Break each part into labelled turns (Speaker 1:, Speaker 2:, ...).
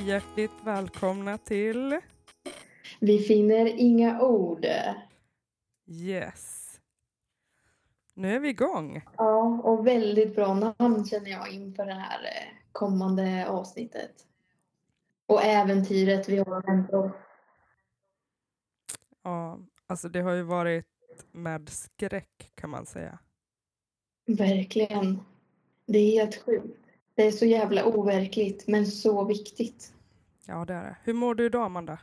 Speaker 1: hjärtligt välkomna till
Speaker 2: Vi finner inga ord.
Speaker 1: Yes. Nu är vi igång.
Speaker 2: Ja, och väldigt bra namn känner jag inför det här kommande avsnittet. Och äventyret vi har väntat oss.
Speaker 1: Ja, alltså det har ju varit med skräck kan man säga.
Speaker 2: Verkligen. Det är helt sjukt. Det är så jävla overkligt, men så viktigt.
Speaker 1: Ja, det är det. Hur mår du idag, Amanda?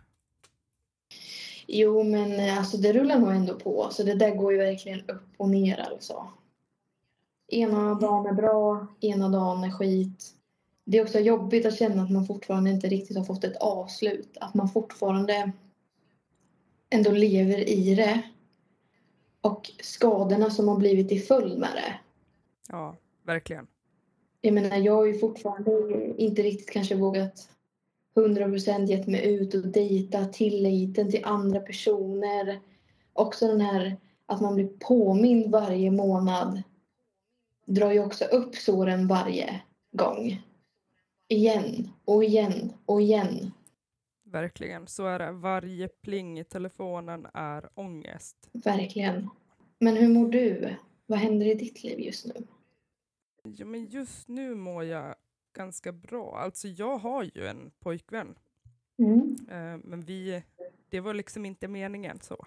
Speaker 2: Jo, men alltså det rullar nog ändå på. Så det där går ju verkligen upp och ner alltså. Ena dagen är bra, ena dagen är skit. Det är också jobbigt att känna att man fortfarande inte riktigt har fått ett avslut. Att man fortfarande ändå lever i det. Och skadorna som har blivit i följd med det.
Speaker 1: Ja, verkligen.
Speaker 2: Jag menar, jag har ju fortfarande inte riktigt kanske vågat 100% gett mig ut och dejta, tilliten till andra personer. Också den här att man blir påmind varje månad drar ju också upp såren varje gång. Igen och igen och igen.
Speaker 1: Verkligen, så är det. Varje pling i telefonen är ångest.
Speaker 2: Verkligen. Men hur mår du? Vad händer i ditt liv just nu?
Speaker 1: Ja, men just nu mår jag ganska bra. Alltså jag har ju en pojkvän. Men det var liksom inte meningen så.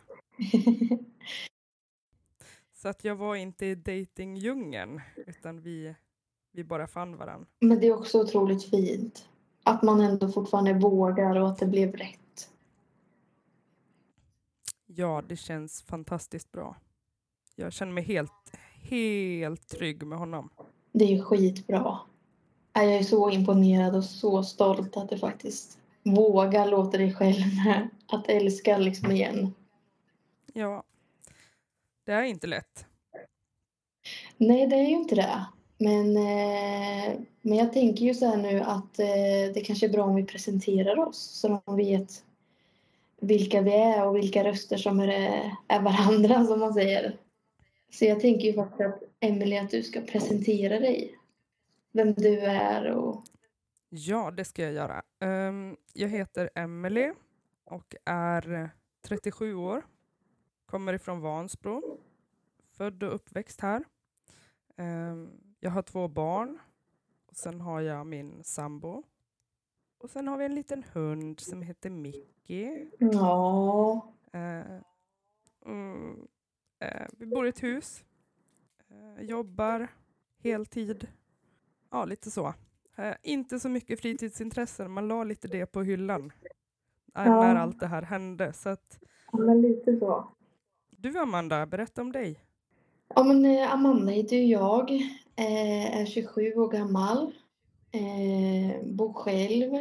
Speaker 1: Så att jag var inte i datingdjungeln utan vi bara fann varann.
Speaker 2: Men det är också otroligt fint. Att man ändå fortfarande vågar och att det blev rätt.
Speaker 1: Ja, det känns fantastiskt bra. Jag känner mig helt trygg med honom.
Speaker 2: Det är ju skitbra. Jag är så imponerad och så stolt att du faktiskt vågar låta dig själv att älska liksom igen.
Speaker 1: Ja, det är inte lätt.
Speaker 2: Nej, det är ju inte det. Men jag tänker ju så här nu att det kanske är bra om vi presenterar oss. Så de vet vilka vi är och vilka röster som är varandra, som man säger. Så jag tänker ju faktiskt att Emelie, att du ska presentera dig. Vem du är och...
Speaker 1: Ja, det ska jag göra. Jag heter Emelie och är 37 år. Kommer ifrån Vansbro. Född och uppväxt här. Jag har 2 barn. Och sen har jag min sambo. Och sen har vi en liten hund som heter Mickey.
Speaker 2: Ja.
Speaker 1: Vi bor i ett hus. Jobbar heltid. Ja, lite så. Inte så mycket fritidsintressen. Man la lite det på hyllan. När allt det här hände. Så att...
Speaker 2: Ja, men lite så.
Speaker 1: Du Amanda, berätta om dig.
Speaker 2: Ja, men Amanda heter ju jag. Är 27 år gammal. Bor själv.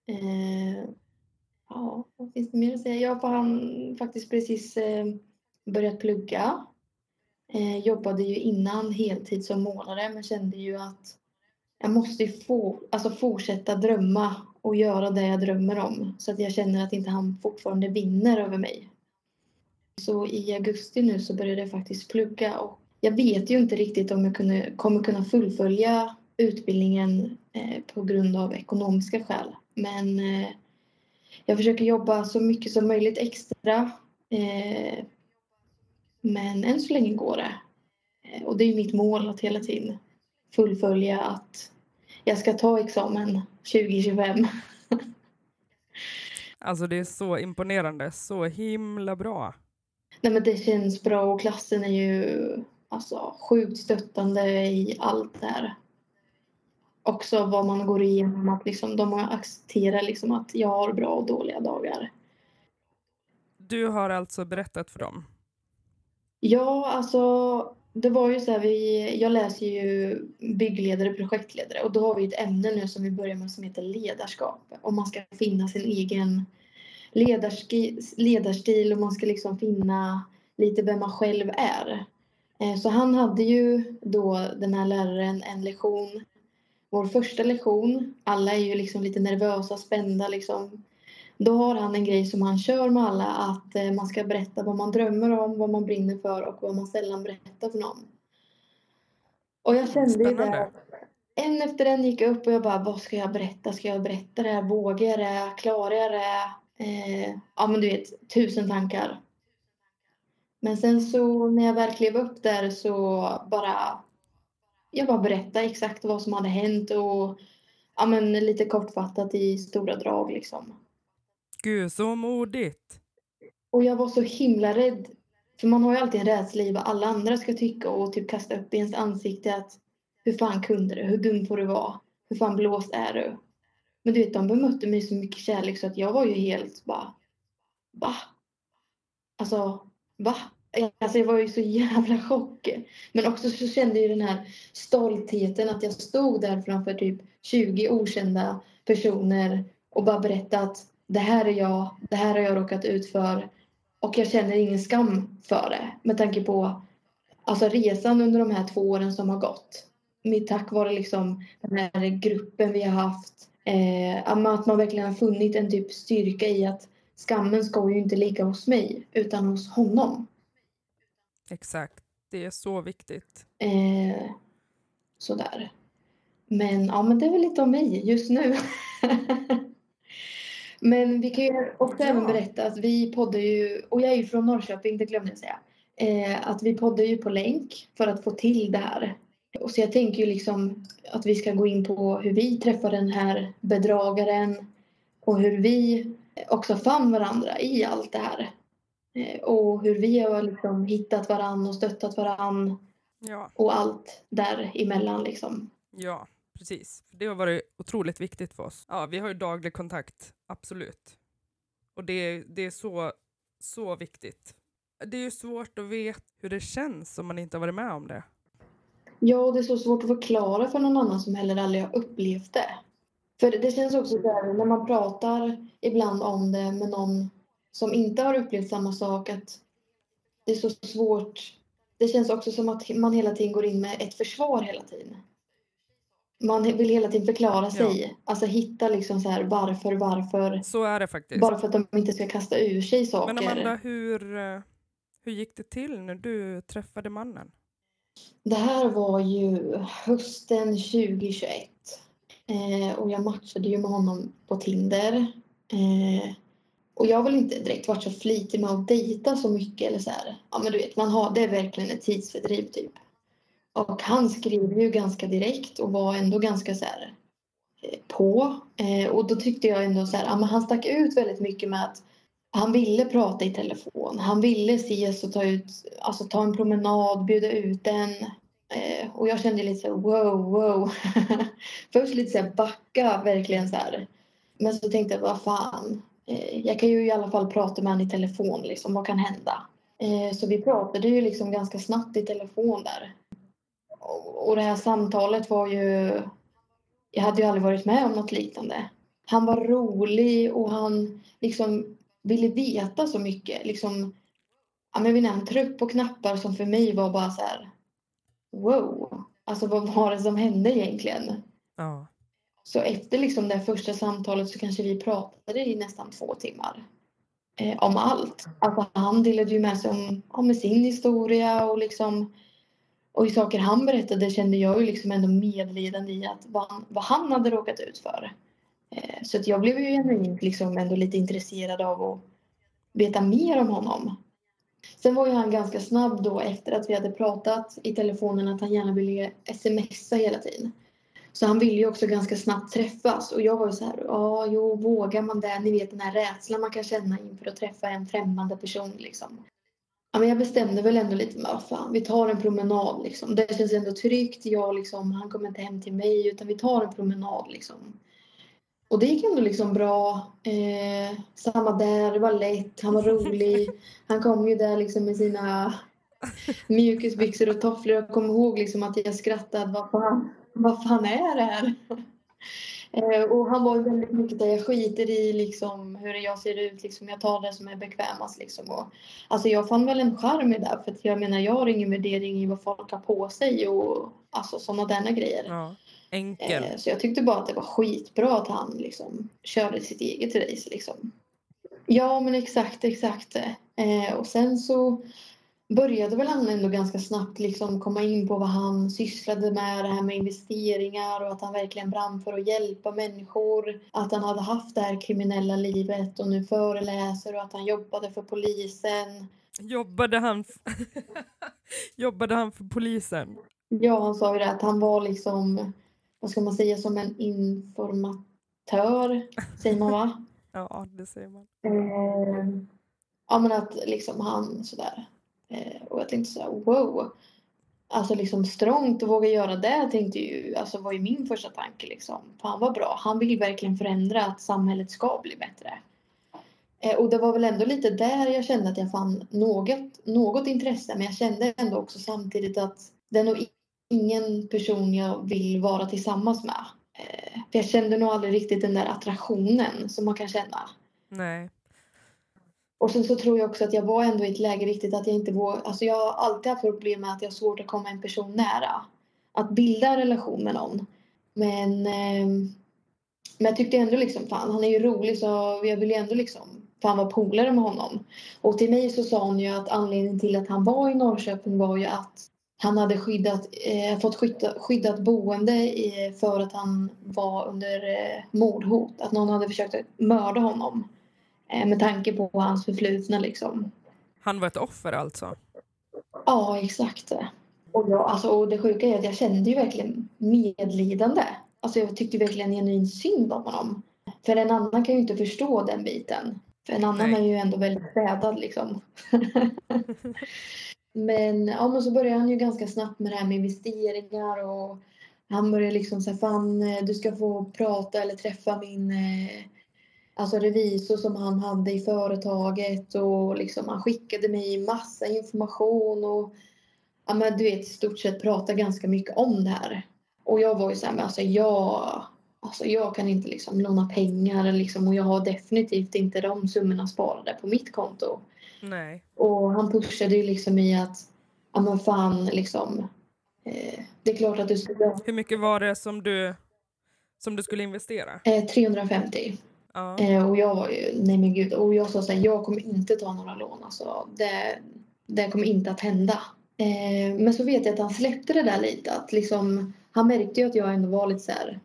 Speaker 2: Ja, vad finns det mer att säga? Jag har faktiskt precis börjat plugga. Jobbade ju innan heltid som målare, men kände ju att jag måste fortsätta drömma och göra det jag drömmer om. Så att jag känner att inte han fortfarande vinner över mig. Så i augusti nu så började jag faktiskt plugga och jag vet ju inte riktigt om jag kommer kunna fullfölja utbildningen på grund av ekonomiska skäl. Men jag försöker jobba så mycket som möjligt extra. Men än så länge går det. Och det är mitt mål att hela tiden fullfölja att jag ska ta examen 2025.
Speaker 1: Alltså det är så imponerande. Så himla bra.
Speaker 2: Nej, men det känns bra och klassen är ju alltså sjukt stöttande i allt där. Också vad man går igenom, att liksom, de accepterar liksom att jag har bra och dåliga dagar.
Speaker 1: Du har alltså berättat för dem?
Speaker 2: Ja, alltså det var ju så här, jag läser ju byggledare, projektledare och då har vi ett ämne nu som vi börjar med som heter ledarskap. Och man ska finna sin egen ledarstil och man ska liksom finna lite vem man själv är. Så han hade ju då, den här läraren, en lektion. Vår första lektion, alla är ju liksom lite nervösa, spända liksom. Då har han en grej som han kör med alla, att man ska berätta vad man drömmer om, vad man brinner för och vad man sällan berättar för någon. Och jag kände ju
Speaker 1: Spännande.
Speaker 2: det, en efter en gick jag upp och jag bara, vad ska jag berätta? Ska jag berätta det här? Vågar jag det? Klarar jag det? Ja men du vet, 1000 tankar. Men sen så när jag väl klev upp där så jag bara berättade exakt vad som hade hänt och ja men lite kortfattat i stora drag liksom.
Speaker 1: Gud, så modigt.
Speaker 2: Och jag var så himla rädd. För man har ju alltid en rädsla i vad alla andra ska tycka och typ kasta upp i ens ansikte att hur fan kunde du? Hur dum får du vara? Hur fan blåst är du? Men du vet, de bemötte mig så mycket kärlek så att jag var ju helt bara, va? Alltså, va? Alltså jag var ju så jävla chock. Men också så kände jag den här stoltheten att jag stod där framför typ 20 okända personer och bara berättade att det här är jag, det här har jag råkat ut för. Och jag känner ingen skam för det. Med tanke på alltså resan under de här 2 åren som har gått. Tack vare liksom den här gruppen vi har haft. Att man verkligen har funnit en typ styrka i att skammen ska ju inte ligga hos mig utan hos honom.
Speaker 1: Exakt, det är så viktigt.
Speaker 2: Sådär. Men ja, men det är väl lite om mig just nu. Men vi kan ju också även berätta att vi poddar ju, och jag är ju från Norrköping, det glömde jag säga. Att vi poddar ju på länk för att få till det här. Och så jag tänker ju liksom att vi ska gå in på hur vi träffar den här bedragaren och hur vi också fann varandra i allt det här. Och hur vi har liksom hittat varann och stöttat varann.
Speaker 1: Ja.
Speaker 2: Och allt däremellan liksom.
Speaker 1: Ja, precis. Det har varit otroligt viktigt för oss. Ja, vi har ju daglig kontakt, absolut. Och det är så viktigt. Det är ju svårt att veta hur det känns om man inte har varit med om det.
Speaker 2: Ja, det är så svårt att förklara för någon annan som heller aldrig har upplevt det. För det känns också där när man pratar ibland om det med någon som inte har upplevt samma sak att det är så svårt. Det känns också som att man hela tiden går in med ett försvar hela tiden. Man vill hela tiden förklara sig.
Speaker 1: Ja.
Speaker 2: Alltså hitta liksom så här varför.
Speaker 1: Så är det faktiskt.
Speaker 2: Bara för att de inte ska kasta ur sig saker.
Speaker 1: Men Amanda, hur gick det till när du träffade mannen?
Speaker 2: Det här var ju hösten 2021. Och jag matchade ju med honom på Tinder. Och jag har väl inte direkt varit så flitig med att dejta så mycket. Eller så här. Ja men du vet, det är verkligen ett tidsfördriv typ. Och han skrev ju ganska direkt och var ändå ganska så här på. Och då tyckte jag ändå så här, ja, men han stack ut väldigt mycket med att han ville prata i telefon. Han ville ses och ta en promenad, bjuda ut den. Och jag kände lite så här, wow. Först lite så här backa verkligen så här. Men så tänkte jag, vad fan. Jag kan ju i alla fall prata med honom i telefon liksom, vad kan hända? Så vi pratade ju liksom ganska snabbt i telefon där. Och det här samtalet var ju, jag hade ju aldrig varit med om något liknande. Han var rolig och han liksom ville veta så mycket. Liksom, ja, men han tryckte på knappar som för mig var bara så här, wow. Alltså vad var det som hände egentligen?
Speaker 1: Ja.
Speaker 2: Så efter liksom det första samtalet så kanske vi pratade i nästan 2 timmar. Om allt. Alltså han delade ju med sig om sin historia och liksom. Och i saker han berättade kände jag ju liksom ändå medlidande i att vad han hade råkat ut för. Så att jag blev ju genuint liksom ändå lite intresserad av att veta mer om honom. Sen var ju han ganska snabb då efter att vi hade pratat i telefonen att han gärna ville smsa hela tiden. Så han ville ju också ganska snabbt träffas. Och jag var ju så här, vågar man det? Ni vet den här rädslan man kan känna inför att träffa en främmande person liksom. Ja, men jag bestämde väl ändå lite med, fan, vi tar en promenad liksom. Det känns ändå tryggt. Han kommer inte hem till mig utan vi tar en promenad liksom. Och det gick ändå liksom bra. Samma där, det var lätt, han var rolig. Han kom ju där liksom med sina mjukisbyxor och tofflor. Jag kommer ihåg liksom att jag skrattade, vad fan är det här? Och han var väldigt mycket där jag skiter i liksom hur jag ser ut. Liksom, jag tar det som är bekvämast. Liksom. Och, alltså jag fann väl en charm i det. För att jag menar, jag har ingen värdering i vad folk har på sig. Och alltså sådana där grejer.
Speaker 1: Ja, enkel.
Speaker 2: Så jag tyckte bara att det var skitbra att han liksom körde sitt eget race. Liksom. Ja, men exakt. Och sen så började väl han ändå ganska snabbt liksom komma in på vad han sysslade med, det här med investeringar och att han verkligen brann för att hjälpa människor. Att han hade haft det här kriminella livet och nu föreläser och att han jobbade för polisen.
Speaker 1: Jobbade han för polisen?
Speaker 2: Ja, han sa ju det att han var liksom, vad ska man säga, som en informatör, säger man va?
Speaker 1: Ja, det säger man.
Speaker 2: Ja, men att liksom han sådär. Och jag tänkte såhär, wow. Alltså liksom strångt att våga göra det tänkte ju, alltså var ju min första tanke liksom. Fan vad bra, han vill verkligen förändra att samhället ska bli bättre. Och det var väl ändå lite där jag kände att jag fann något intresse. Men jag kände ändå också samtidigt att det är nog ingen person jag vill vara tillsammans med. För jag kände nog aldrig riktigt den där attraktionen som man kan känna.
Speaker 1: Nej.
Speaker 2: Och sen så tror jag också att jag var ändå i ett läge riktigt att jag inte vågar. Alltså jag har alltid haft problem med att jag har svårt att komma en person nära. Att bilda en relation med någon. Men jag tyckte ändå liksom, fan han är ju rolig så jag vill ju ändå liksom, fan vara polare med honom. Och till mig så sa han ju att anledningen till att han var i Norrköping var ju att han hade fått skyddat boende för att han var under mordhot. Att någon hade försökt mörda honom. Med tanke på hans förflutna liksom.
Speaker 1: Han var ett offer alltså?
Speaker 2: Ja, exakt. Och det sjuka är att jag kände ju verkligen medlidande. Alltså jag tyckte verkligen genuint synd om honom. För en annan kan ju inte förstå den biten. För en annan är ju ändå väldigt städad liksom. Men så började han ju ganska snabbt med det här med investeringar. Och han började liksom säga, fan du ska få prata eller träffa min revisor som han hade i företaget. Och liksom han skickade mig massa information. Och ja, men du vet, i stort sett prata ganska mycket om det här. Och jag var ju så här, men jag kan inte liksom låna pengar liksom, och jag har definitivt inte de summorna sparade på mitt konto.
Speaker 1: Nej.
Speaker 2: Och han pushade ju liksom i att, ja men fan liksom, det är klart att du ska...
Speaker 1: Hur mycket var det som du skulle investera?
Speaker 2: 350.
Speaker 1: Ja.
Speaker 2: Och jag var ju, nej men gud, och jag sa så här, jag kommer inte ta några lån, alltså det kommer inte att hända. Men så vet jag att han släppte det där lite. Att liksom, han märkte ju att jag ändå var lite så här.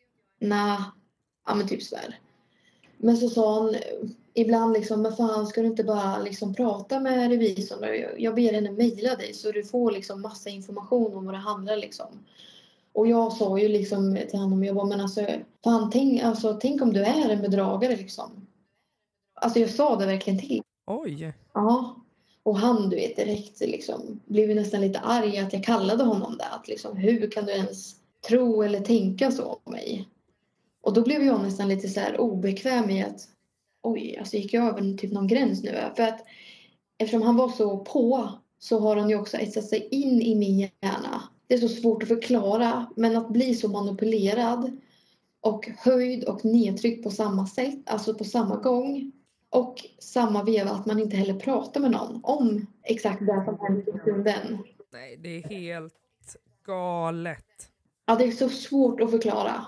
Speaker 2: Ja men typ så här. Men så sa han ibland liksom, men fan ska du inte bara liksom prata med revisorn? Jag ber henne mejla dig så du får liksom massa information om vad det handlar liksom. Och jag sa ju liksom till honom, jag bara, men alltså fan tänk om du är en bedragare liksom. Alltså jag sa det verkligen till.
Speaker 1: Oj.
Speaker 2: Ja. Och han, du vet, direkt liksom, blev ju nästan lite arg att jag kallade honom det. Att liksom, hur kan du ens tro eller tänka så om mig? Och då blev jag nästan lite så här obekväm i att oj, alltså gick jag över typ någon gräns nu? För att eftersom han var så på så har han ju också etsat sig in i min hjärna. Det är så svårt att förklara, men att bli så manipulerad och höjd och nedtryckt på samma sätt, alltså på samma gång. Och samma veva att man inte heller pratar med någon om exakt det som hände i stunden.
Speaker 1: Nej, det är helt galet.
Speaker 2: Ja, det är så svårt att förklara.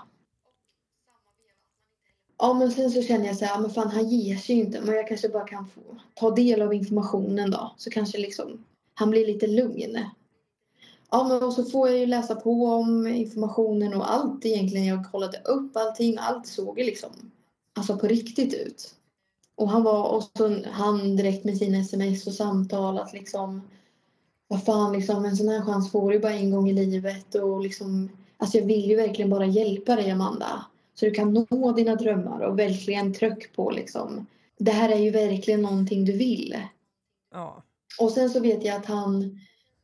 Speaker 2: Ja, men sen så känner jag så här, men fan han ger sig ju inte. Men jag kanske bara kan få ta del av informationen då. Så kanske liksom han blir lite lugn. Ja, men och så får jag ju läsa på om informationen och allt egentligen. Jag kollade upp allting. Allt såg ju liksom alltså på riktigt ut. Och han direkt med sina sms och samtal att liksom, vad fan liksom, en sån här chans får du bara en gång i livet och liksom, alltså jag vill ju verkligen bara hjälpa dig Amanda. Så du kan nå dina drömmar och verkligen tryck på liksom, det här är ju verkligen någonting du vill.
Speaker 1: Ja.
Speaker 2: Och sen så vet jag att han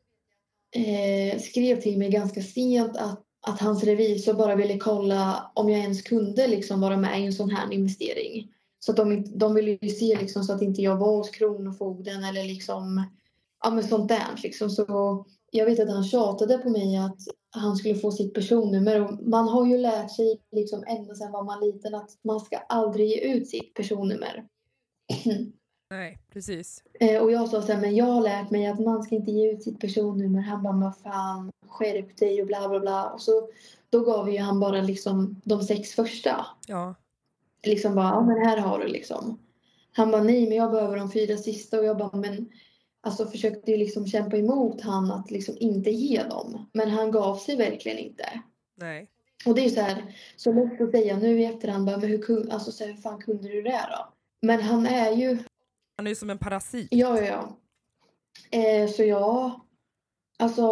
Speaker 2: skrev till mig ganska sent att hans revisor bara ville kolla om jag ens kunde liksom vara med i en sån här investering. Så att de ville ju se liksom så att inte jag var hos Kronofogden eller liksom, ja men sånt där liksom. Så jag vet att han tjatade på mig att han skulle få sitt personnummer. Och man har ju lärt sig liksom ända sedan var man liten att man ska aldrig ge ut sitt personnummer.
Speaker 1: Nej, precis.
Speaker 2: Och jag sa så här, men jag har lärt mig att man ska inte ge ut sitt personnummer. Han bara, vad fan, skärp dig och bla bla bla. Och så då gav ju han bara liksom de 6 första.
Speaker 1: Ja.
Speaker 2: Liksom bara, ja men här har du liksom. Han bara, nej men jag behöver de 4 sista. Och jag bara, men alltså försökte ju liksom kämpa emot han att liksom inte ge dem. Men han gav sig verkligen inte.
Speaker 1: Nej.
Speaker 2: Och det är ju så här, så lätt att säga nu i efterhand, bara, men alltså, så här, hur fan kunde du det då? Men han är ju...
Speaker 1: Han är ju som en parasit.
Speaker 2: Ja. Så jag... Alltså...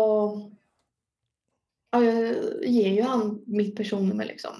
Speaker 2: Ja, jag ger ju han mitt personnummer liksom.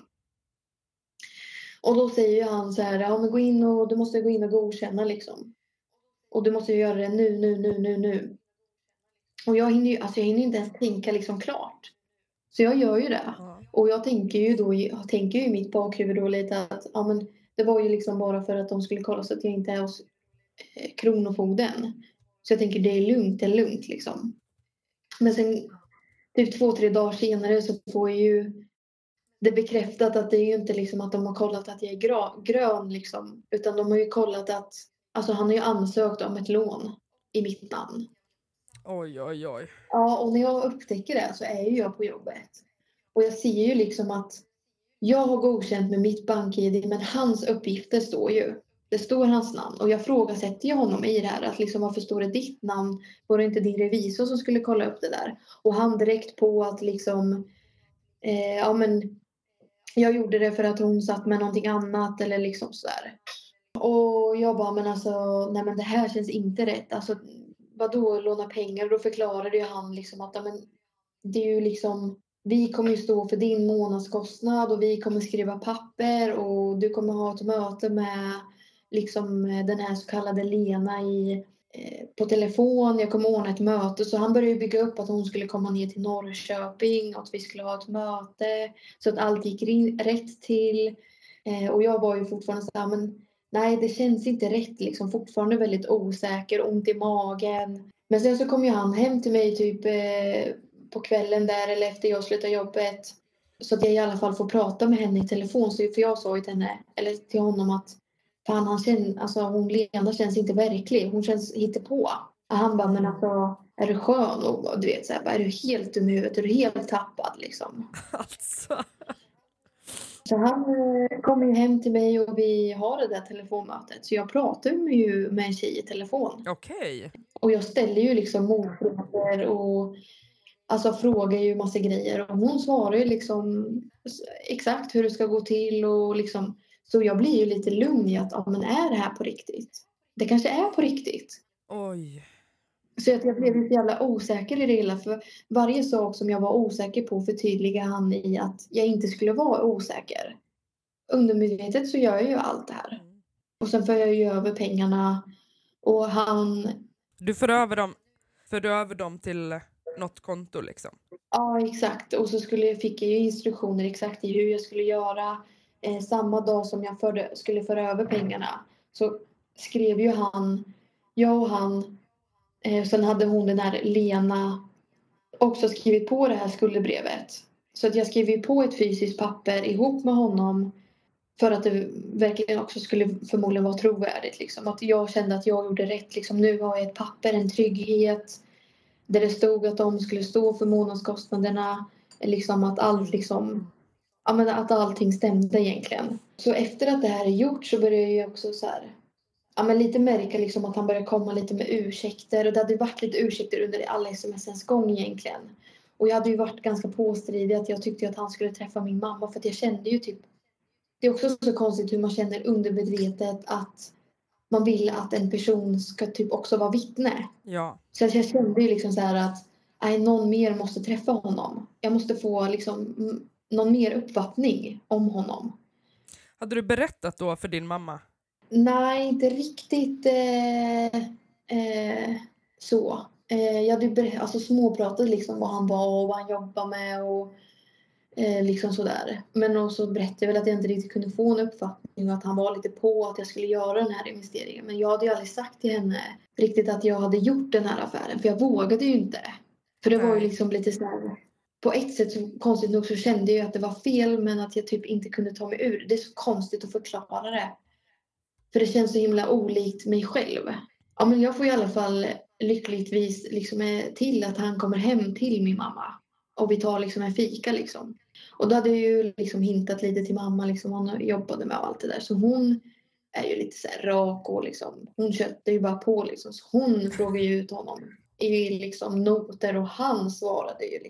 Speaker 2: Och då säger ju han så här, ja men du måste gå in och godkänna liksom. Och du måste ju göra det nu. Och jag hinner ju inte ens tänka liksom klart. Så jag gör ju det.
Speaker 1: Ja.
Speaker 2: Och jag tänker ju i mitt bakhuvud då lite att ja men det var ju liksom bara för att de skulle kolla så att jag inte är hos kronofogden. Så jag tänker det är lugnt liksom. Men sen typ 2-3 dagar senare så får jag ju det bekräftat att det är ju inte liksom att de har kollat att jag är grön liksom. Utan de har ju kollat att alltså han har ju ansökt om ett lån i mitt namn.
Speaker 1: Oj.
Speaker 2: Ja, och när jag upptäcker det så är ju jag på jobbet. Och jag ser ju liksom att jag har godkänt med mitt bank-id men hans uppgifter står ju. Det står hans namn. Och jag frågasätter ju honom i det här. Att liksom varför står det ditt namn? Var det inte din revisor som skulle kolla upp det där? Och han direkt på att liksom ja men jag gjorde det för att hon satt med någonting annat eller liksom sådär. Och jag bara, men alltså, nej men det här känns inte rätt. Alltså, vadå låna pengar? Och då förklarade ju han liksom att, ja, men det är ju liksom, vi kommer ju stå för din månadskostnad och vi kommer skriva papper och du kommer ha ett möte med liksom den här så kallade Lena på telefon. Jag kommer ordna ett möte. Så han började ju bygga upp att hon skulle komma ner till Norrköping och att vi skulle ha ett möte. Så att allt gick rätt till. Och jag var ju fortfarande så här, men nej det känns inte rätt liksom. Fortfarande väldigt osäker, ont i magen. Men sen så kom ju han hem till mig typ på kvällen där eller efter jag slutade jobbet. Så att jag i alla fall får prata med henne i telefon. Så, för jag sa ju till henne, eller till honom att fan, hon Lena känns inte verklig. Hon känns hittepå. Och han bara, men alltså, är du skön? Och du vet, så här, bara, är du helt dum i huvudet? Är du helt tappad liksom?
Speaker 1: Alltså.
Speaker 2: Så han kommer ju hem till mig och vi har det där telefonmötet. Så jag pratar ju med en tjej i telefon.
Speaker 1: Okej.
Speaker 2: Och jag ställer ju liksom motfrågor och alltså frågar ju massa grejer. Och hon svarar ju liksom exakt hur det ska gå till och liksom. Så jag blir ju lite lugn i att, ja men är det här på riktigt? Det kanske är på riktigt.
Speaker 1: Oj.
Speaker 2: Så att jag blev lite jävla osäker i det hela. För varje sak som jag var osäker på förtydligade han i att jag inte skulle vara osäker. Undermedvetet så gör jag ju allt det här. Och sen för jag ju över pengarna. Och han...
Speaker 1: Du för över dem till något konto liksom?
Speaker 2: Ja, exakt. Och så fick jag ju instruktioner exakt i hur jag skulle göra. Samma dag som jag skulle föra över pengarna så skrev ju jag och han, sen hade hon den här Lena också skrivit på det här skuldebrevet. Så att jag skrev ju på ett fysiskt papper ihop med honom för att det verkligen också skulle förmodligen vara trovärdigt. Liksom. Att jag kände att jag gjorde rätt. Liksom. Nu har jag ett papper, en trygghet. Där det stod att de skulle stå för månadskostnaderna. Liksom att allt liksom... Ja, men att allting stämde egentligen. Så efter att det här är gjort så började jag ju också så här... Ja, men lite märka liksom att han började komma lite med ursäkter. Och det hade ju varit lite ursäkter under alla smsens gång egentligen. Och jag hade ju varit ganska påstridig att jag tyckte att han skulle träffa min mamma. För att jag kände ju typ... Det är också så konstigt hur man känner undermedvetet att man vill att en person ska typ också vara vittne.
Speaker 1: Ja.
Speaker 2: Så jag kände ju liksom så här att någon mer måste träffa honom. Jag måste få liksom någon mer uppfattning om honom.
Speaker 1: Hade du berättat då för din mamma?
Speaker 2: Nej, inte riktigt så. Jag hade alltså småpratat liksom vad han var och vad han jobbar med och liksom sådär. Men också berättade jag väl att jag inte riktigt kunde få en uppfattning och att han var lite på att jag skulle göra den här investeringen. Men jag hade ju aldrig sagt till henne riktigt att jag hade gjort den här affären. För jag vågade ju inte. För det var ju liksom lite sådär. På ett sätt så konstigt nog så kände jag att det var fel men att jag typ inte kunde ta mig ur. Det är så konstigt att förklara det. För det känns så himla olikt mig själv. Ja men jag får i alla fall lyckligtvis liksom till att han kommer hem till min mamma. Och vi tar liksom en fika liksom. Och då hade jag ju liksom hintat lite till mamma liksom hon jobbade med och allt det där. Så hon är ju lite så här rak och liksom, hon köpte ju bara på liksom. Så hon frågade ju ut honom i liksom noter och han svarade ju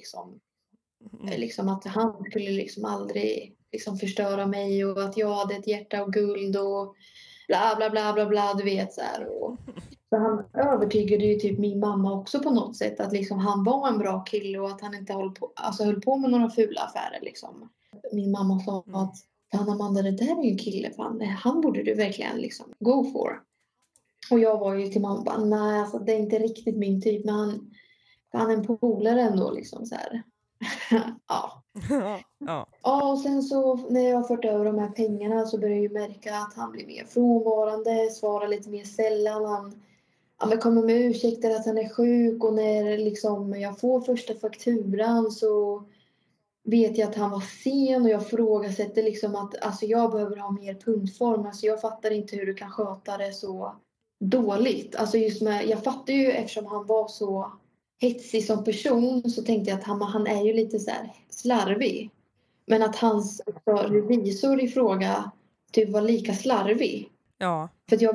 Speaker 2: liksom att han skulle liksom aldrig liksom förstöra mig och att jag hade ett hjärta av guld och bla bla bla bla bla, du vet så här. Och så han övertygade ju typ min mamma också på något sätt att liksom han var en bra kille och att han inte höll på med några fula affärer liksom. Min mamma sa att fan Amanda, det där är ju en kille, fan, han borde du verkligen liksom go for. Och jag var ju till mamma bara, nej alltså det är inte riktigt min typ, men han är en polare ändå liksom så här. Ja. Ja, och sen så när jag har fört över de här pengarna så börjar jag ju märka att han blir mer frånvarande, svarar lite mer sällan. Han kommer med ursäkter att han är sjuk och när liksom jag får första fakturan så vet jag att han var sen och jag frågasätter liksom att alltså jag behöver ha mer punktform. Alltså jag fattar inte hur du kan sköta det så dåligt. Alltså just jag fattar ju eftersom han var så hetsig som person så tänkte jag att han är ju lite så här slarvig. Men att hans revisor i fråga typ var lika slarvig.
Speaker 1: Ja.
Speaker 2: För att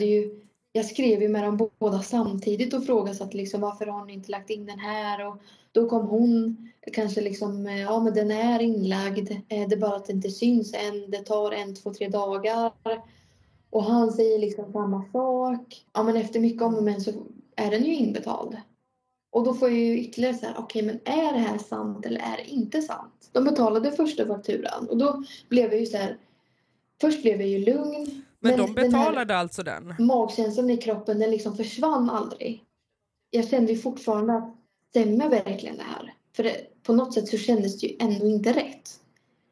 Speaker 2: jag skrev ju med dem båda samtidigt och frågasatte liksom varför har ni inte lagt in den här och då kom hon kanske liksom, ja men den är inlagd, det är bara att det inte syns än, det tar 1, 2, 3 dagar. Och han säger liksom samma sak. Ja men efter mycket om men så är den ju inbetald. Och då får jag ju ytterligare så här, okej, men är det här sant eller är det inte sant? De betalade första fakturan och då blev jag ju så här, först blev jag ju lugn.
Speaker 1: Men de betalade alltså den?
Speaker 2: Magkänslan i kroppen, den liksom försvann aldrig. Jag kände ju fortfarande att stämmer verkligen det här? För på något sätt så kändes det ju ändå inte rätt.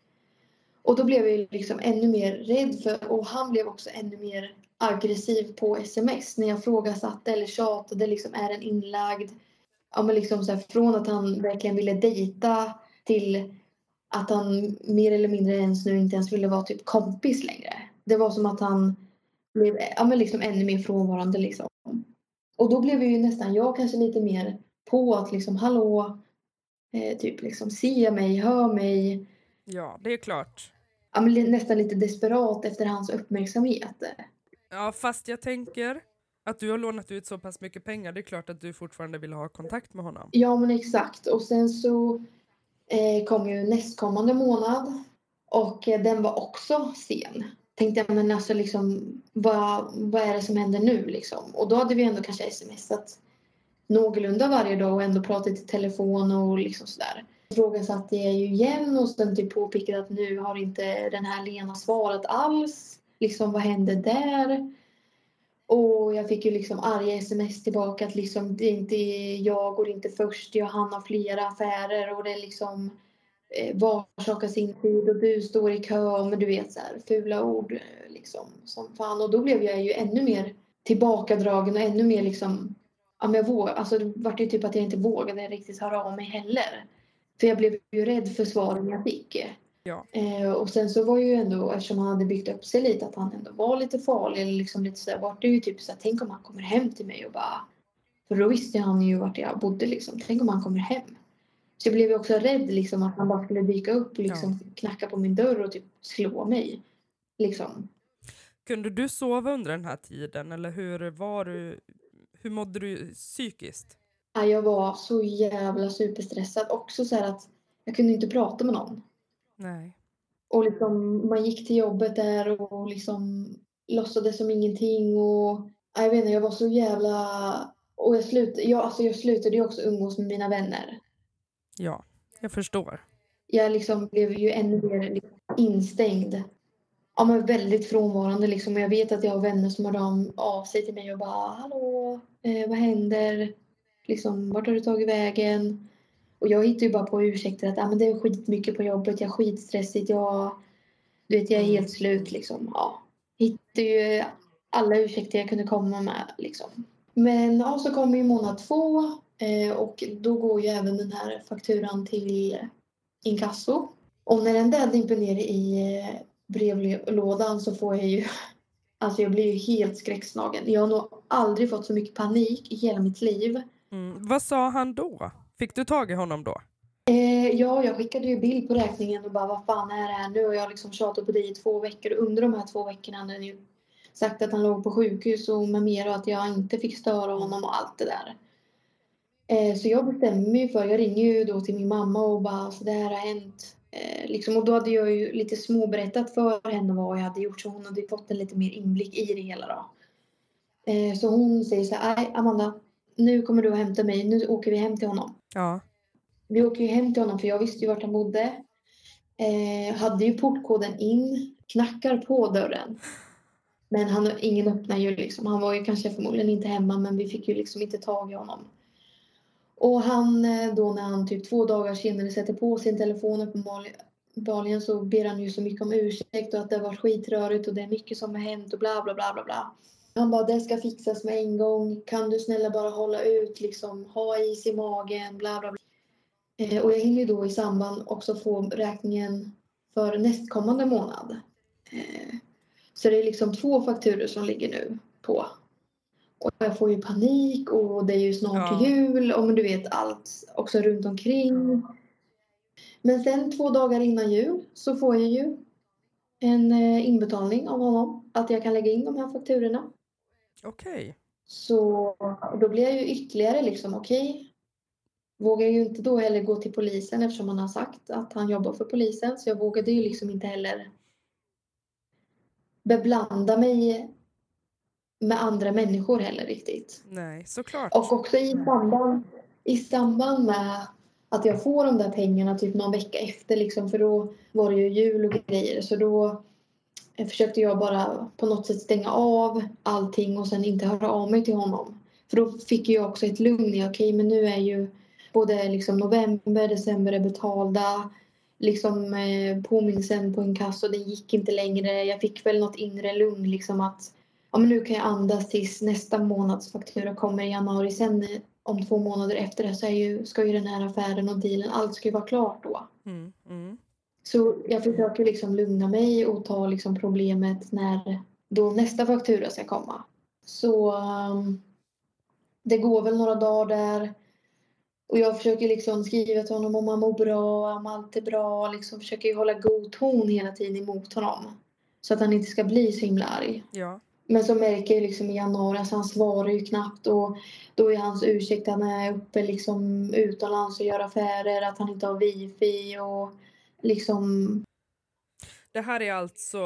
Speaker 2: Och då blev jag ju liksom ännu mer rädd och han blev också ännu mer aggressiv på sms. När jag frågasatte eller tjatade liksom, är den inlagd? Ja, men liksom så här, från att han verkligen ville dejta till att han mer eller mindre ens nu inte ens ville vara typ kompis längre. Det var som att han blev liksom ännu mer frånvarande liksom. Och då blev ju nästan jag kanske lite mer på att liksom hallå, typ liksom se mig, hör mig.
Speaker 1: Ja, det är klart.
Speaker 2: Ja, men nästan lite desperat efter hans uppmärksamhet.
Speaker 1: Ja, fast jag tänker att du har lånat ut så pass mycket pengar. Det är klart att du fortfarande vill ha kontakt med honom.
Speaker 2: Ja, men exakt. Och sen så kom ju nästkommande månad. Och den var också sen. Tänkte jag, men alltså liksom, vad är det som händer nu liksom? Och då hade vi ändå kanske smsat någorlunda varje dag och ändå pratat i telefon och liksom sådär. Frågan satt jag ju igen och sen typ påpekade att nu har inte den här Lena svarat alls. Liksom vad hände där? Och jag fick ju liksom arga sms tillbaka att liksom det är inte jag går inte först, han har flera affärer och det är liksom varsaka sin tid och du står i kö, men du vet så här fula ord liksom som fan. Och då blev jag ju ännu mer tillbakadragen och ännu mer liksom, ja men alltså det var ju typ att jag inte vågade riktigt höra av mig heller. För jag blev ju rädd för svaren jag fick.
Speaker 1: Ja.
Speaker 2: Och sen så var ju ändå, eftersom han hade byggt upp sig lite, att han ändå var lite farlig eller liksom lite så här, vart det ju typ så här, tänk om han kommer hem till mig och bara, för då visste han ju vart jag bodde liksom, tänk om han kommer hem. Så jag blev ju också rädd liksom att han bara skulle dyka upp och liksom knacka på min dörr och typ slå mig liksom.
Speaker 1: Kunde du sova under den här tiden eller hur mådde du psykiskt?
Speaker 2: Ja, jag var så jävla superstressad också så här att jag kunde inte prata med någon.
Speaker 1: Nej.
Speaker 2: Och liksom, man gick till jobbet där och liksom låtsades som ingenting. Och jag vet inte, jag var så jävla... Och jag slutade ju också umgås med mina vänner.
Speaker 1: Ja, jag förstår.
Speaker 2: Jag liksom blev ju ännu mer liksom instängd. Ja, men väldigt frånvarande liksom. Och jag vet att jag har vänner som har av sig till mig och bara hallå, vad händer? Liksom, vart har du tagit vägen? Och jag hittar ju bara på ursäkter att men det är skitmycket på jobbet, jag är skitstressigt, jag är helt slut liksom. Ja. Hittar ju alla ursäkter jag kunde komma med liksom. Men ja, så kommer ju månad 2 och då går ju även den här fakturan till inkasso. Och när den där dimper ner i brevlådan så får jag ju, alltså jag blir ju helt skräckslagen. Jag har nog aldrig fått så mycket panik i hela mitt liv.
Speaker 1: Vad sa han då? Fick du tag i honom då?
Speaker 2: Ja, jag skickade ju bild på räkningen och bara vad fan är det här nu? Och jag har liksom tjatat på dig i 2 veckor. Och under de här 2 veckorna när sagt att han låg på sjukhus och med mer och att jag inte fick störa honom och allt det där. Så jag bestämmer mig för, jag ringer ju då till min mamma och bara så det här har hänt. Liksom, och då hade jag ju lite småberättat för henne vad jag hade gjort så hon hade fått en lite mer inblick i det hela då. Så hon säger så här, nej Amanda, nu kommer du att hämta mig, nu åker vi hem till honom.
Speaker 1: Ja.
Speaker 2: Vi åker ju hem till honom för jag visste ju vart han bodde. Hade ju portkoden in, knackar på dörren. Men ingen öppnar ju liksom. Han var ju kanske förmodligen inte hemma men vi fick ju liksom inte tag i honom. Och han då när han typ 2 dagar senare sätter på sin telefon uppenbarligen så ber han ju så mycket om ursäkt och att det var skitrörigt och det är mycket som har hänt och bla bla bla bla bla. Han bara, det ska fixas med en gång. Kan du snälla bara hålla ut liksom, ha is i magen, bla bla bla. Och jag hinner ju då i samband också få räkningen för nästkommande månad. Så det är liksom 2 fakturor som ligger nu på. Och jag får ju panik och det är ju snart jul och men du vet allt också runt omkring. Men sen 2 dagar innan jul så får jag ju en inbetalning av honom. Att jag kan lägga in de här fakturorna.
Speaker 1: Okej.
Speaker 2: Så då blir jag ju ytterligare liksom okej. Vågar ju inte då heller gå till polisen eftersom han har sagt att han jobbar för polisen. Så jag vågade ju liksom inte heller beblanda mig med andra människor heller riktigt.
Speaker 1: Nej, såklart.
Speaker 2: Och också i samband med att jag får de där pengarna typ någon vecka efter liksom, för då var det ju jul och grejer. Så då försökte jag bara på något sätt stänga av allting och sen inte höra av mig till honom. För då fick jag också ett lugn i okej, men nu är ju både liksom november, december är betalda. Liksom påminnelsen på en kassa och det gick inte längre. Jag fick väl något inre lugn liksom att ja, men nu kan jag andas tills nästa månads faktura kommer i januari. Sen om 2 månader efter det så ska ju den här affären och dealen, allt ska ju vara klart då. Så jag försöker liksom lugna mig och ta liksom problemet när då nästa faktura ska komma. Så det går väl några dagar där. Och jag försöker liksom skriva till honom om han mår bra, om allt är bra. Liksom försöker ju hålla god ton hela tiden emot honom. Så att han inte ska bli så himla arg.
Speaker 1: Ja.
Speaker 2: Men så märker jag liksom i januari att han svarar ju knappt. Och då är hans ursäkt att han är uppe liksom utomlands och gör affärer. Att han inte har wifi och liksom...
Speaker 1: Det här är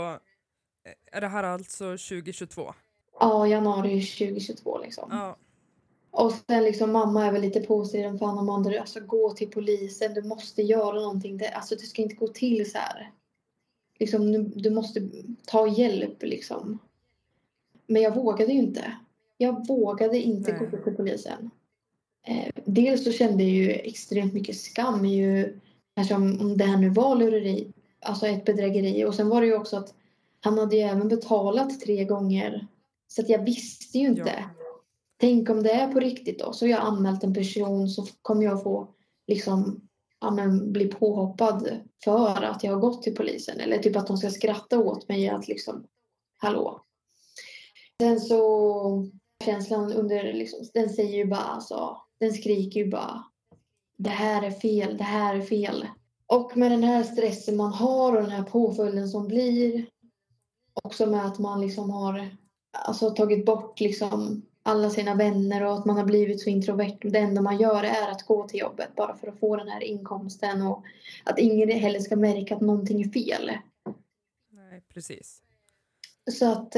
Speaker 1: alltså 2022?
Speaker 2: Ja, januari 2022 liksom.
Speaker 1: Ja.
Speaker 2: Och sen liksom mamma är väl lite på sig den för Amanda, alltså gå till polisen, du måste göra någonting. Det ska inte gå till så här. Liksom, du måste ta hjälp liksom. Men jag vågade ju inte. Jag vågade inte gå till polisen. Dels så kände jag ju extremt mycket skam ju, alltså om det här nu var lureri, alltså ett bedrägeri. Och sen var det ju också att han hade ju även betalat 3 gånger. Så att jag visste ju inte.
Speaker 1: Ja.
Speaker 2: Tänk om det är på riktigt då. Så jag har anmält en person så kommer jag få liksom, bli påhoppad för att jag har gått till polisen. Eller typ att de ska skratta åt mig att liksom, hallå. Sen så känslan under liksom, den säger ju bara alltså, den skriker ju bara det här är fel, det här är fel. Och med den här stressen man har och den här påföljden som blir. Också med att man liksom har alltså, tagit bort liksom alla sina vänner och att man har blivit så introvert. Det enda man gör är att gå till jobbet bara för att få den här inkomsten och att ingen heller ska märka att någonting är fel.
Speaker 1: Nej, precis.
Speaker 2: Så att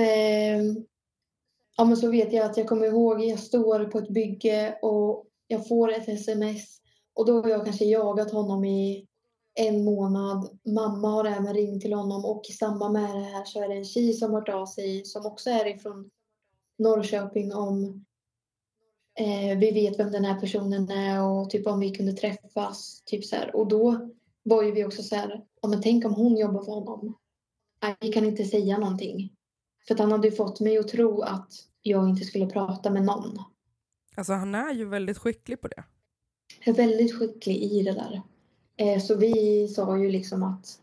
Speaker 2: ja, men så vet jag att jag kommer ihåg jag står på ett bygge och jag får ett sms och då har jag kanske jagat honom i 1 månad. Mamma har även ringt till honom och i samband med det här så är det en tjej som har hört av sig som också är ifrån Norrköping om vi vet vem den här personen är och typ om vi kunde träffas typ så här. Och då var ju vi också så här, ja, men tänk om hon jobbar för honom. Nej, vi kan inte säga någonting. För att han hade ju fått mig att tro att jag inte skulle prata med någon.
Speaker 1: Alltså han är ju väldigt skicklig på det.
Speaker 2: Jag är väldigt skicklig i det där. Så vi sa ju liksom att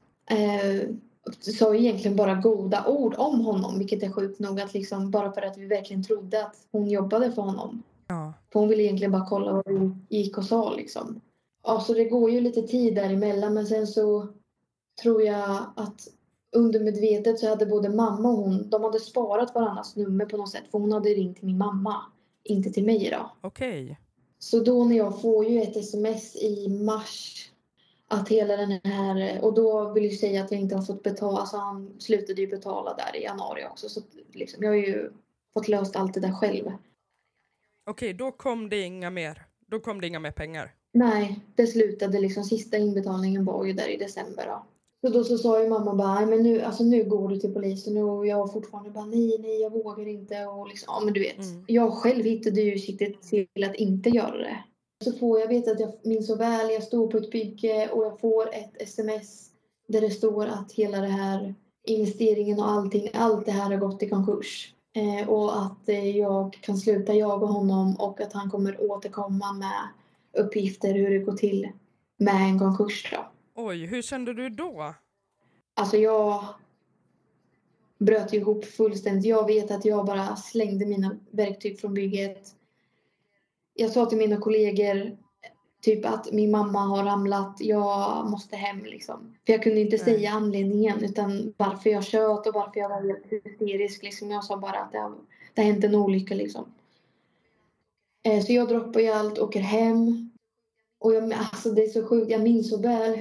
Speaker 2: sa egentligen bara goda ord om honom. Vilket är sjukt nog att liksom bara för att vi verkligen trodde att hon jobbade för honom.
Speaker 1: Ja.
Speaker 2: För hon ville egentligen bara kolla vad vi gick och sa liksom. Ja, så det går ju lite tid däremellan men sen så tror jag att undermedvetet så hade både mamma och hon, de hade sparat varandras nummer på något sätt. För hon hade ringt till min mamma, inte till mig då.
Speaker 1: Okej.
Speaker 2: Så då när jag får ju ett sms i mars att hela den här, och då vill jag säga att jag inte har fått betala, alltså han slutade ju betala där i januari också. Så liksom, jag har ju fått löst allt det där själv.
Speaker 1: Okej, då kom det inga mer. Då kom det inga mer pengar.
Speaker 2: Nej, det slutade liksom, sista inbetalningen var ju där i december då. Så då så sa ju mamma bara, nej men nu, alltså nu går du till polisen, och jag fortfarande bara nej jag vågar inte, och liksom, ja men du vet. Jag själv hittade ju siktet till att inte göra det. Så får jag veta att jag minns så väl, jag står på ett bygge och jag får ett sms där det står att hela det här investeringen och allt det här har gått i konkurs. Och att jag kan sluta jaga honom och att han kommer återkomma med uppgifter hur det går till med en konkurs då.
Speaker 1: Oj, hur kände du då?
Speaker 2: Alltså jag bröt ihop fullständigt. Jag vet att jag bara slängde mina verktyg från bygget. Jag sa till mina kollegor typ att min mamma har ramlat, jag måste hem liksom. För jag kunde inte säga anledningen, utan varför jag tjöt och varför jag var helt hysterisk liksom. Jag sa bara att det har hänt en olycka liksom. Så jag droppar ju allt, åker hem. Och alltså det är så sjukt, jag minns så väl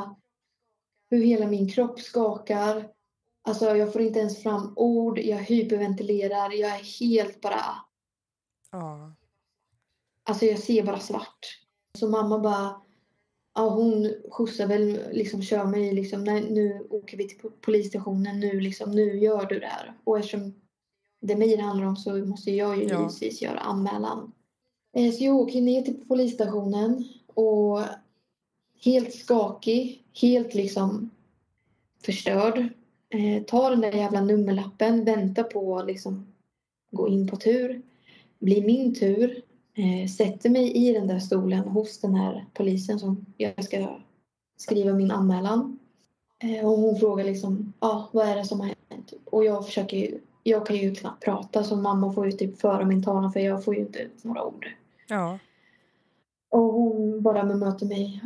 Speaker 2: hur hela min kropp skakar. Alltså jag får inte ens fram ord, jag hyperventilerar, jag är helt bara...
Speaker 1: Ja.
Speaker 2: Alltså jag ser bara svart. Så mamma bara... Ja, hon skjutsar väl, liksom kör mig liksom, nej, nu åker vi till polisstationen, nu gör du det här. Och eftersom det mig det handlar om så måste jag ju givetvis göra anmälan. Så jag åker ner till polisstationen och helt skakig, helt liksom förstörd. Tar den där jävla nummerlappen, väntar på liksom gå in på tur. Blir min tur. Sätter mig i den där stolen hos den här polisen som jag ska skriva min anmälan. Och hon frågar liksom, vad är det som har hänt? Och jag kan ju knappt prata, så mamma får ju typ föra min talan för jag får ju inte ut några ord.
Speaker 1: Ja.
Speaker 2: Och hon bara bemöter mig,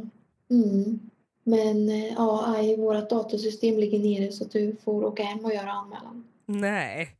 Speaker 2: men vårt datorsystem ligger nere så att du får åka hem och göra anmälan.
Speaker 1: Nej.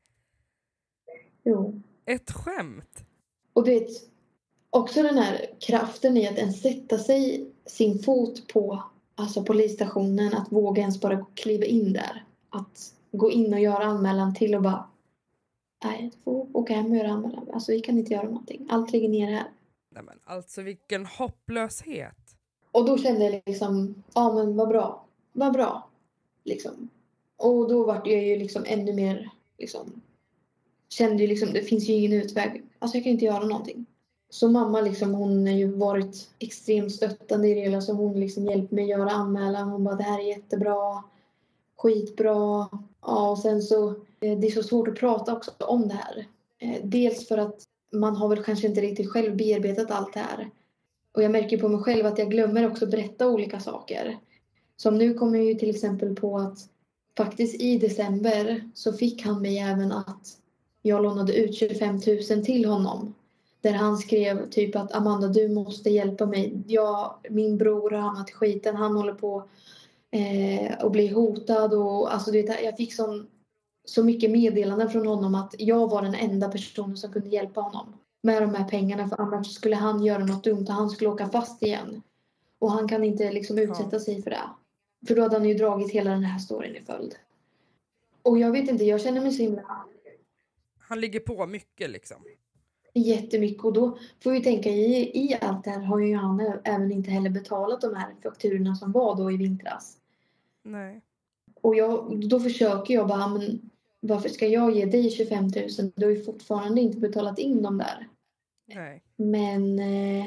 Speaker 2: Jo.
Speaker 1: Ett skämt.
Speaker 2: Och du vet, också den här kraften i att ens sätta sig sin fot på alltså polisstationen, att våga ens bara kliva in där. Att gå in och göra anmälan till och bara, nej, du får åka hem och göra anmälan. Alltså vi kan inte göra någonting. Allt ligger ner här.
Speaker 1: Nej men alltså vilken hopplöshet.
Speaker 2: Och då kände jag liksom, men vad bra. Liksom. Och då var jag ju liksom ännu mer, liksom, kände ju liksom, det finns ju ingen utväg. Alltså jag kan inte göra någonting. Så mamma liksom, hon har ju varit extremt stöttande i det hela. Så hon liksom hjälpte mig göra anmälan. Hon bara, det här är jättebra. Skitbra. Ja, och sen så, det är så svårt att prata också om det här. Dels för att man har väl kanske inte riktigt själv bearbetat allt det här. Och jag märker på mig själv att jag glömmer också berätta olika saker. Som nu kommer jag ju till exempel på att faktiskt i december så fick han mig även att jag lånade ut 25 000 till honom. Där han skrev typ att Amanda, du måste hjälpa mig. Min bror har hamnat i skiten. Han håller på att bli hotad. Och, alltså, du vet, jag fick så mycket meddelanden från honom att jag var den enda personen som kunde hjälpa honom med de här pengarna. För annars skulle han göra något dumt och han skulle åka fast igen. Och han kan inte liksom utsätta sig för det. För då hade han ju dragit hela den här storyn i följd. Och jag vet inte, jag känner mig så himla...
Speaker 1: Han ligger på mycket liksom.
Speaker 2: Jättemycket. Och då får vi tänka i allt det här har ju han även inte heller betalat de här fakturorna som var då i vintras.
Speaker 1: Nej.
Speaker 2: Och då försöker jag bara, men varför ska jag ge dig 25 000? Du har ju fortfarande inte betalat in dem där.
Speaker 1: Nej.
Speaker 2: Men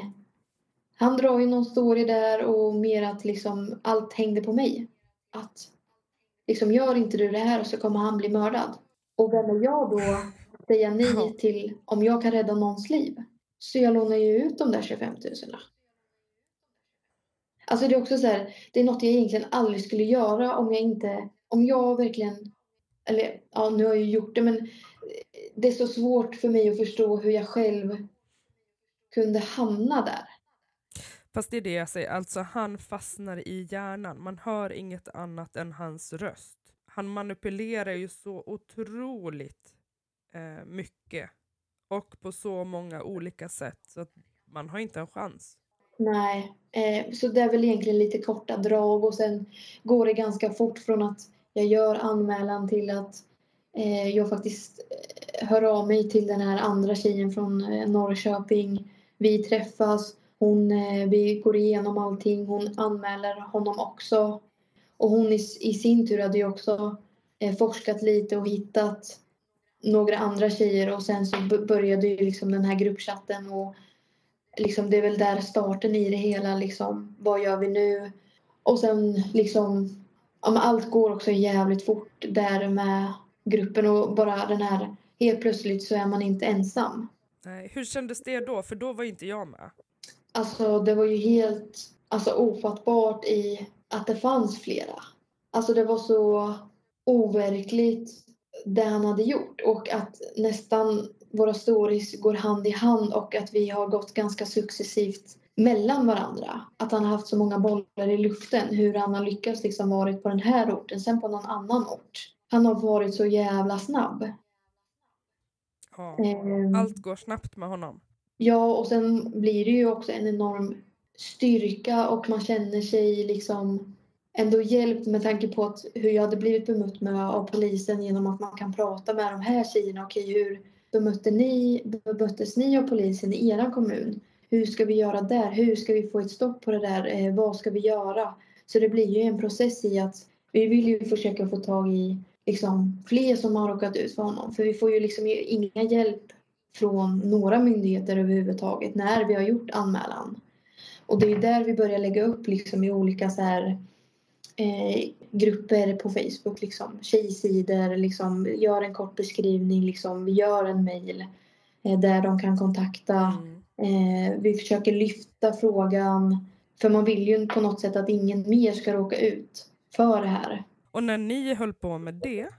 Speaker 2: han drar ju någon story där och mer att liksom allt hängde på mig. Att liksom, gör inte du det här så kommer han bli mördad. Och vem är jag då säga nej till om jag kan rädda någons liv? Så jag lånar ju ut de där 25 000. Alltså det är också så här, det är något jag egentligen aldrig skulle göra om jag verkligen, eller ja, nu har jag ju gjort det, men det är så svårt för mig att förstå hur jag själv kunde hamna där.
Speaker 1: Fast det är det jag säger, alltså han fastnar i hjärnan. Man hör inget annat än hans röst. han manipulerar ju så otroligt mycket. Och på så många olika sätt. Så att man har inte en chans.
Speaker 2: Nej, så det är väl egentligen lite korta drag och sen går det ganska fort från att jag gör anmälan till att jag faktiskt hör av mig till den här andra tjejen från Norrköping. Vi träffas, vi går igenom allting, hon anmäler honom också. Och hon i sin tur hade ju också forskat lite och hittat några andra tjejer och sen så började ju liksom den här gruppchatten och liksom det är väl där starten i det hela liksom, vad gör vi nu? Och sen liksom, ja, men allt går också jävligt fort där med gruppen och bara den här, helt plötsligt så är man inte ensam.
Speaker 1: Nej, hur kändes det då? För då var inte jag med.
Speaker 2: Alltså det var ju helt ofattbart i att det fanns flera. Alltså det var så overkligt det han hade gjort och att nästan våra stories går hand i hand och att vi har gått ganska successivt mellan varandra. Att han har haft så många bollar i luften. Hur han har lyckats liksom varit på den här orten, sen på någon annan ort. Han har varit så jävla snabb.
Speaker 1: Ja, allt går snabbt med honom.
Speaker 2: Ja, och sen blir det ju också en enorm styrka och man känner sig liksom ändå hjälpt med tanke på att hur jag hade blivit bemött med av polisen genom att man kan prata med de här tjejerna. Okej, hur bemöttes ni av polisen i er kommun? Hur ska vi göra där? Hur ska vi få ett stopp på det där? Vad ska vi göra? Så det blir ju en process i att vi vill ju försöka få tag i liksom fler som har råkat ut för honom. För vi får ju liksom inga hjälp från några myndigheter överhuvudtaget när vi har gjort anmälan. Och det är där vi börjar lägga upp liksom i olika så här, grupper på Facebook, liksom, tjejsidor, liksom, gör en kort beskrivning, liksom, vi gör en mejl där de kan kontakta. Vi försöker lyfta frågan, för man vill ju på något sätt att ingen mer ska råka ut för det här.
Speaker 1: Och när ni höll på med det,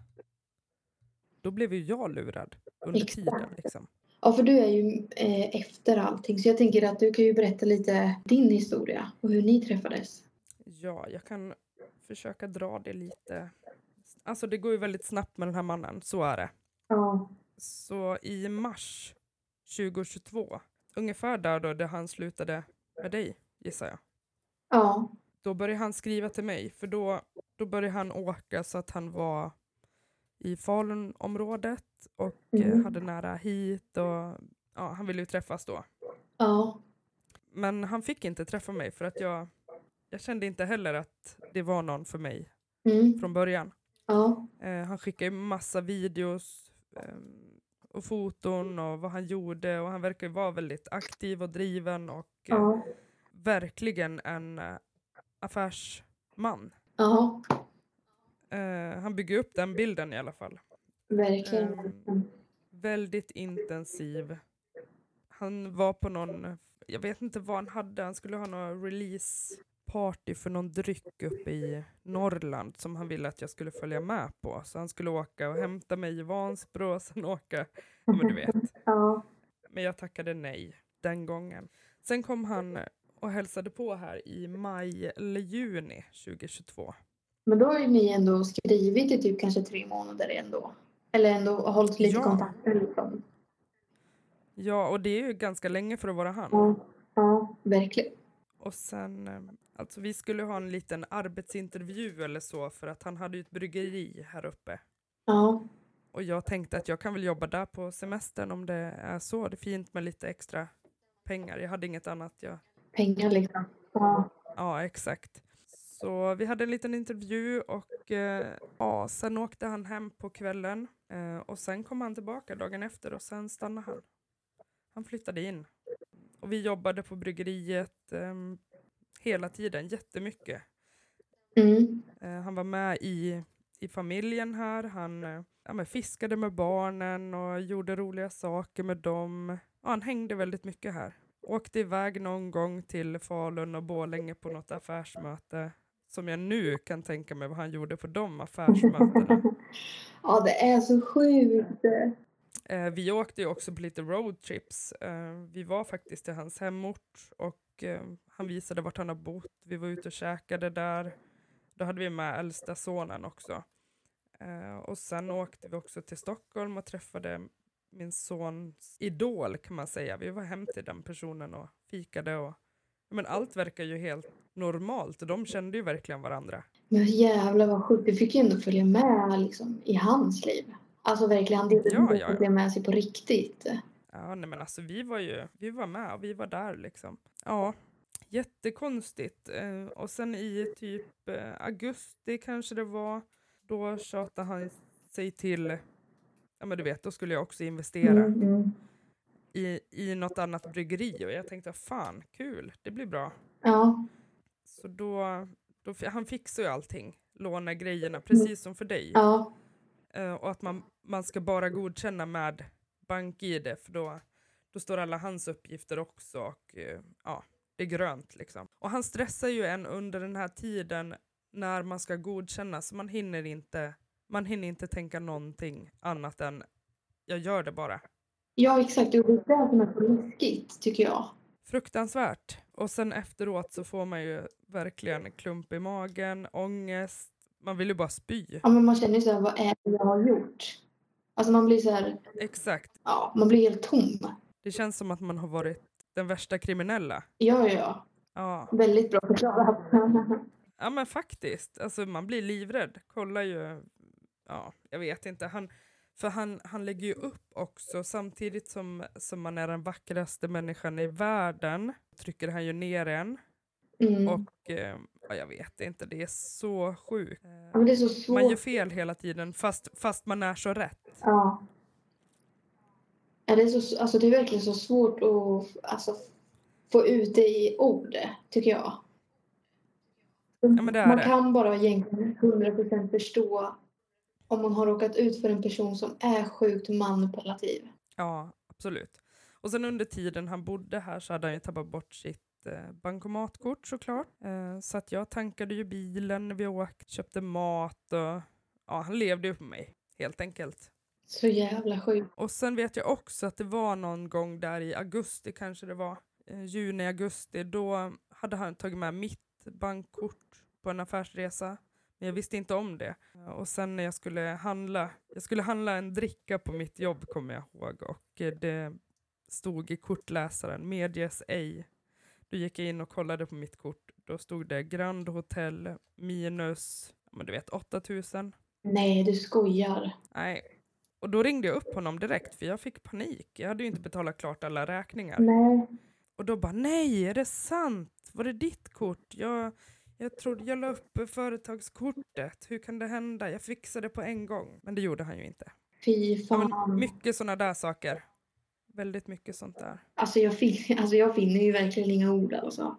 Speaker 1: då blev ju jag lurad under tiden. Liksom.
Speaker 2: Ja, för du är ju efter allting. Så jag tänker att du kan ju berätta lite din historia och hur ni träffades.
Speaker 1: Ja, jag kan försöka dra det lite. Alltså det går ju väldigt snabbt med den här mannen, så är det.
Speaker 2: Ja.
Speaker 1: Så i mars 2022, ungefär där han slutade med dig, gissar jag.
Speaker 2: Ja.
Speaker 1: Då började han skriva till mig, för då började han åka så att han var i Falunområdet och hade nära hit och ja, han ville ju träffas då.
Speaker 2: Ja.
Speaker 1: Men han fick inte träffa mig för att jag kände inte heller att det var någon för mig från början.
Speaker 2: Ja.
Speaker 1: Han skickade massa videos och foton och vad han gjorde och han verkar ju vara väldigt aktiv och driven och verkligen en affärsman.
Speaker 2: Ja.
Speaker 1: Han bygger upp den bilden i alla fall.
Speaker 2: Verkligen.
Speaker 1: Väldigt intensiv. Han var på någon, jag vet inte vad han hade, han skulle ha någon release party för någon dryck uppe i Norrland som han ville att jag skulle följa med på. Så han skulle åka och hämta mig i Vansbro och sen åka, ja men du vet.
Speaker 2: Ja.
Speaker 1: Men jag tackade nej den gången. Sen kom han och hälsade på här i maj eller juni 2022.
Speaker 2: Men då har ju ni ändå skrivit i typ kanske 3 månader ändå. Eller ändå hållit lite kontakt. Liksom.
Speaker 1: Ja, och det är ju ganska länge för att vara han.
Speaker 2: Ja, verkligen.
Speaker 1: Och sen, alltså vi skulle ha en liten arbetsintervju eller så för att han hade ju ett bryggeri här uppe.
Speaker 2: Ja.
Speaker 1: Och jag tänkte att jag kan väl jobba där på semestern om det är så. Det är fint med lite extra pengar. Jag hade inget annat.
Speaker 2: Pengar liksom.
Speaker 1: Ja, exakt. Så vi hade en liten intervju och sen åkte han hem på kvällen. Och sen kom han tillbaka dagen efter och sen stannade han. Han flyttade in. Och vi jobbade på bryggeriet hela tiden, jättemycket. Han var med i familjen här. Han fiskade med barnen och gjorde roliga saker med dem. Ja, han hängde väldigt mycket här. Åkte iväg någon gång till Falun och Borlänge på något affärsmöte. Som jag nu kan tänka mig vad han gjorde på de affärsmötena.
Speaker 2: Ja, det är så sjukt.
Speaker 1: Vi åkte ju också på lite roadtrips. Vi var faktiskt till hans hemort och han visade vart han har bott. Vi var ute och käkade där. Då hade vi med äldsta sonen också. Och sen åkte vi också till Stockholm och träffade min sons idol kan man säga. Vi var hem till den personen och fikade och men allt verkar ju helt normalt och de kände ju verkligen varandra.
Speaker 2: Men jävlar vad sjukt. Du fick ju ändå följa med liksom, i hans liv. Alltså verkligen, det följa med sig på riktigt.
Speaker 1: Ja, nej men alltså vi var med och vi var där liksom. Ja, jättekonstigt. Och sen i typ augusti kanske det var, då tjatade han sig till, ja men du vet, då skulle jag också investera i något annat bryggeri och jag tänkte, fan, kul, det blir bra.
Speaker 2: Ja.
Speaker 1: Så då han fixar ju allting, låna grejerna, precis som för dig.
Speaker 2: Ja.
Speaker 1: Och att man ska bara godkänna med BankID, för då står alla hans uppgifter också och ja, det är grönt liksom. Och han stressar ju en under den här tiden när man ska godkänna, så man hinner inte tänka någonting annat än jag gör det bara.
Speaker 2: Ja, exakt. Och det är det som är så läskigt, tycker jag.
Speaker 1: Fruktansvärt. Och sen efteråt så får man ju verkligen klump i magen, ångest. Man vill ju bara spy.
Speaker 2: Ja, men man känner ju så här, vad är det jag har gjort? Alltså man blir så här...
Speaker 1: Exakt.
Speaker 2: Ja, man blir helt tom.
Speaker 1: Det känns som att man har varit den värsta kriminella.
Speaker 2: Ja. Väldigt bra förklarat.
Speaker 1: Ja, men faktiskt. Alltså man blir livrädd. Kolla ju... Ja, jag vet inte. Han lägger ju upp också, samtidigt som man är den vackraste människan i världen, trycker han ju ner en. Och ja, jag vet inte, det är så sjukt.
Speaker 2: Ja, men det är så svårt.
Speaker 1: Man gör fel hela tiden fast man är så rätt.
Speaker 2: Ja. Ja, det är verkligen så svårt att få ut det i ord, tycker jag.
Speaker 1: Ja, men det är
Speaker 2: man
Speaker 1: det.
Speaker 2: Kan bara egentligen 100% förstå om man har råkat ut för en person som är sjukt manipulativ.
Speaker 1: Ja, absolut. Och sen under tiden han bodde här så hade han ju tappat bort sitt bankomatkort såklart. Så att jag tankade ju bilen när vi åkte, köpte mat och ja, han levde ju på mig helt enkelt.
Speaker 2: Så jävla sjukt.
Speaker 1: Och sen vet jag också att det var någon gång där i augusti, kanske det var juni, augusti, då hade han tagit med mitt bankkort på en affärsresa. Men jag visste inte om det. Och sen när jag skulle handla en dricka på mitt jobb, kommer jag ihåg. Och det stod i kortläsaren, medges ej. Då gick jag in och kollade på mitt kort. Då stod det Grand Hotel minus, men du vet, 8000.
Speaker 2: Nej, du skojar.
Speaker 1: Nej. Och då ringde jag upp honom direkt, för jag fick panik. Jag hade ju inte betalat klart alla räkningar.
Speaker 2: Nej.
Speaker 1: Och då bara, nej, är det sant? Var det ditt kort? Jag trodde jag la upp företagskortet. Hur kan det hända? Jag fixade det på en gång. Men det gjorde han ju inte.
Speaker 2: Fy fan.
Speaker 1: Ja, mycket sådana där saker. Väldigt mycket sånt där.
Speaker 2: Alltså jag finner ju verkligen inga ord alltså.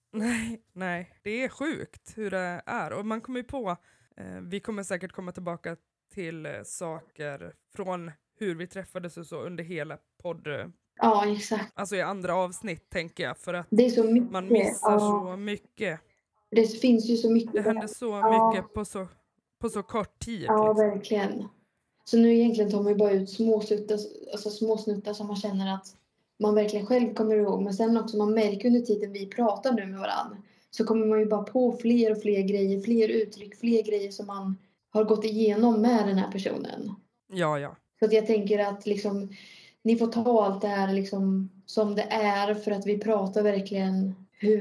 Speaker 1: Nej. Det är sjukt hur det är. Och man kommer ju på, vi kommer säkert komma tillbaka till saker från hur vi träffades och så under hela podd.
Speaker 2: Ja, exakt.
Speaker 1: Alltså i andra avsnitt, tänker jag. För att
Speaker 2: det är så mycket.
Speaker 1: Man missar så mycket.
Speaker 2: Det finns ju så mycket.
Speaker 1: Det händer så mycket på så kort tid.
Speaker 2: Ja,
Speaker 1: liksom.
Speaker 2: Verkligen. Så nu egentligen tar man ju bara ut småsnuttar som man känner att man verkligen själv kommer ihåg. Men sen också, man märker under tiden vi pratar nu med varandra, så kommer man ju bara på fler och fler grejer, fler uttryck, fler grejer som man har gått igenom med den här personen.
Speaker 1: Ja.
Speaker 2: Så att jag tänker att liksom, ni får ta allt det här liksom som det är, för att vi pratar verkligen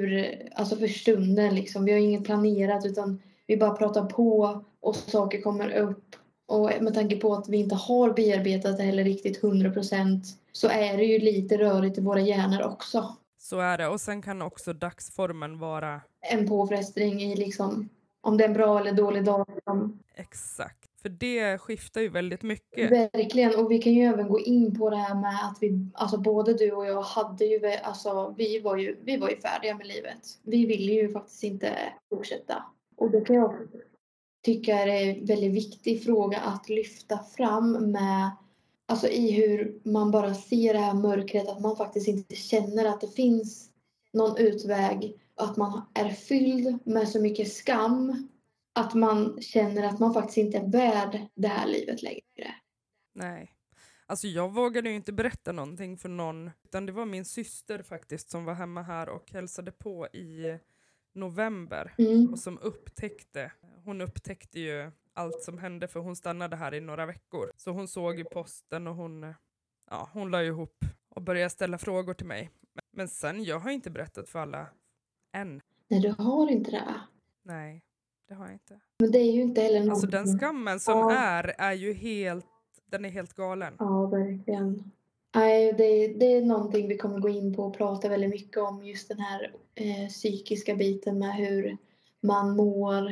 Speaker 2: för stunden liksom. Vi har inget planerat, utan vi bara pratar på och saker kommer upp. Och med tanke på att vi inte har bearbetat det heller riktigt 100%, så är det ju lite rörigt i våra hjärnor också.
Speaker 1: Så är det. Och sen kan också dagsformen vara
Speaker 2: en påfrestning i liksom, om det är en bra eller dålig dag. Liksom.
Speaker 1: Exakt. För det skiftar ju väldigt mycket.
Speaker 2: Verkligen. Och vi kan ju även gå in på det här med att vi, alltså både du och jag hade ju, alltså vi var ju färdiga med livet. Vi ville ju faktiskt inte fortsätta. Och det kan jag tycka är en väldigt viktig fråga att lyfta fram med, alltså i hur man bara ser det här mörkret, att man faktiskt inte känner att det finns någon utväg, att man är fylld med så mycket skam att man känner att man faktiskt inte är värd det här livet längre.
Speaker 1: Nej. Alltså jag vågade ju inte berätta någonting för någon, utan det var min syster faktiskt som var hemma här och hälsade på i november och som hon upptäckte ju allt som hände, för hon stannade här i några veckor. Så hon såg ju posten och hon la ihop och började ställa frågor till mig. Men sen, jag har inte berättat för alla än.
Speaker 2: Nej, du har inte det.
Speaker 1: Nej, det har jag inte.
Speaker 2: Men det är ju inte heller någon...
Speaker 1: Alltså den skammen som är ju den är helt galen.
Speaker 2: Ja, verkligen. Nej, det är någonting vi kommer gå in på och prata väldigt mycket om. Just den här psykiska biten med hur man mår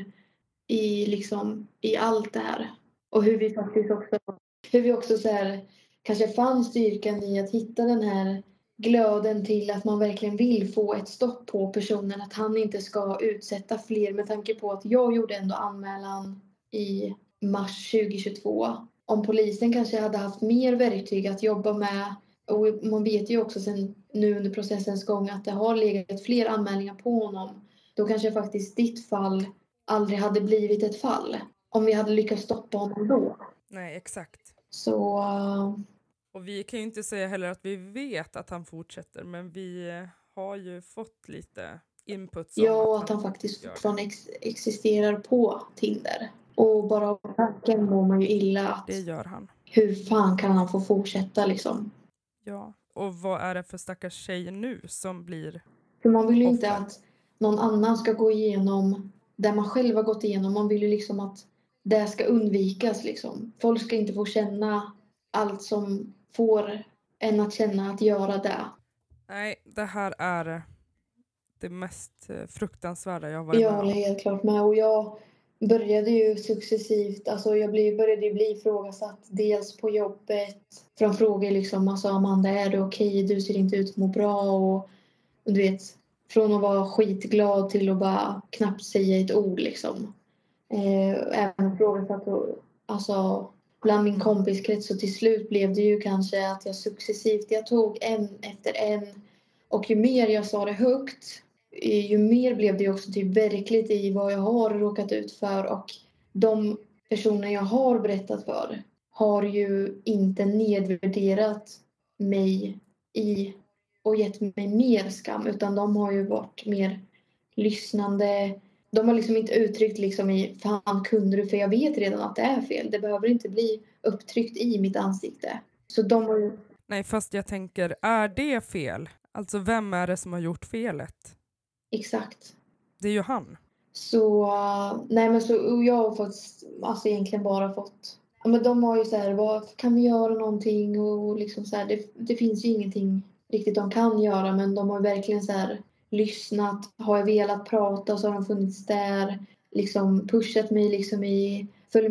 Speaker 2: i allt det här. Och hur vi också så här, kanske fann styrkan i att hitta den här glöden till att man verkligen vill få ett stopp på personen. Att han inte ska utsätta fler, med tanke på att jag gjorde ändå anmälan i mars 2022. Om polisen kanske hade haft mer verktyg att jobba med, och man vet ju också sen nu under processens gång att det har legat fler anmälningar på honom, då kanske faktiskt ditt fall aldrig hade blivit ett fall om vi hade lyckats stoppa honom då.
Speaker 1: Nej, exakt.
Speaker 2: Så...
Speaker 1: Och vi kan ju inte säga heller att vi vet att han fortsätter, men vi har ju fått lite input.
Speaker 2: Ja, att han faktiskt fortfarande existerar på Tinder. Och bara av tanken mår man ju illa att...
Speaker 1: Det gör han.
Speaker 2: Hur fan kan han få fortsätta liksom?
Speaker 1: Ja, och vad är det för stackars tjej nu som blir...
Speaker 2: För man vill ju inte att någon annan ska gå igenom där man själv har gått igenom. Man vill ju liksom att det ska undvikas liksom. Folk ska inte få känna allt som får en att känna att göra det.
Speaker 1: Nej, det här är det mest fruktansvärda jag varit med om.
Speaker 2: Jag håller helt klart med. Och jag började ju successivt, alltså började ju bli ifrågasatt dels på jobbet. Från frågor liksom, alltså Amanda, är du okej? Du ser inte ut att må bra. Och du vet, från att vara skitglad till att bara knappt säga ett ord liksom. Även ifrågasatt, alltså bland min kompiskrets, och till slut blev det ju kanske att jag tog en efter en, och ju mer jag sa det högt, ju mer blev det också typ verkligt i vad jag har råkat ut för, och de personer jag har berättat för har ju inte nedvärderat mig och gett mig mer skam, utan de har ju varit mer lyssnande. De har liksom inte uttryckt liksom i fan kunde du, för jag vet redan att det är fel. Det behöver inte bli upptryckt i mitt ansikte. Så de har ju...
Speaker 1: Nej, fast jag tänker, är det fel? Alltså vem är det som har gjort felet?
Speaker 2: Exakt.
Speaker 1: Det är ju han.
Speaker 2: Så, nej men så jag har fått, alltså egentligen bara fått, ja men de har ju så här, vad kan vi göra någonting, och liksom så här, det finns ju ingenting riktigt de kan göra, men de har verkligen så här lyssnat, har jag velat prata så har de funnits där, liksom pushat mig liksom i, följ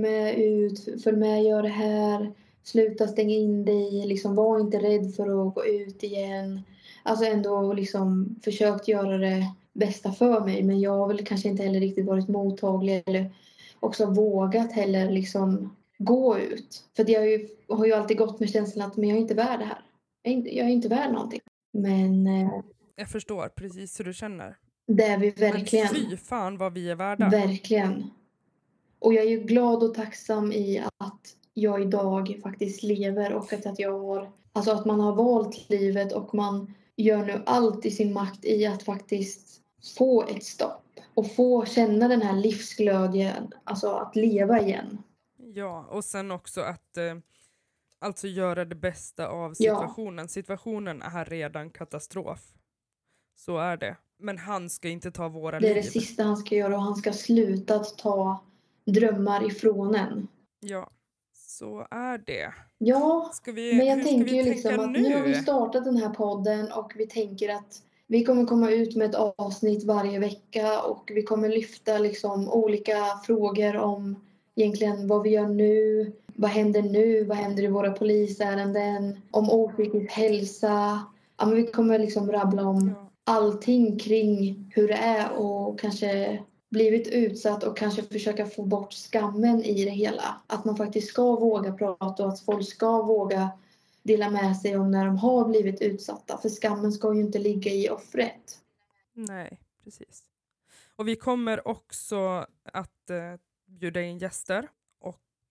Speaker 2: med, gör det här, sluta stänga in dig, liksom var inte rädd för att gå ut igen. Alltså ändå liksom försökt göra det bästa för mig, men jag har väl kanske inte heller riktigt varit mottaglig eller också vågat heller liksom gå ut. För jag har ju alltid gått med känslan att men jag är inte värd det här. Jag är inte värd någonting. Men...
Speaker 1: jag förstår precis hur du känner.
Speaker 2: Det är vi verkligen.
Speaker 1: Men fy fan vad vi är värda.
Speaker 2: Verkligen. Och jag är ju glad och tacksam i att jag idag faktiskt lever, och att jag har... Alltså att man har valt livet, och man gör nu allt i sin makt i att faktiskt få ett stopp. Och få känna den här livsglädjen, alltså att leva igen.
Speaker 1: Ja, och sen också att alltså göra det bästa av situationen. Ja. Situationen är redan katastrof. Så är det. Men han ska inte ta våra liv.
Speaker 2: Det är det sista han ska göra, och han ska sluta att ta drömmar ifrån en.
Speaker 1: Ja, så är det.
Speaker 2: Ja, men jag tänker ju liksom att nu har vi startat den här podden, och vi tänker att vi kommer komma ut med ett avsnitt varje vecka, och vi kommer lyfta liksom olika frågor om egentligen vad vi gör nu, vad händer i våra polisärenden, om opsykiskt hälsa. Ja, men vi kommer liksom rabbla om allting kring hur det är och kanske blivit utsatt, och kanske försöka få bort skammen i det hela. Att man faktiskt ska våga prata, och att folk ska våga dela med sig om när de har blivit utsatta. För skammen ska ju inte ligga i offret.
Speaker 1: Nej, precis. Och vi kommer också att bjuda in gäster. Och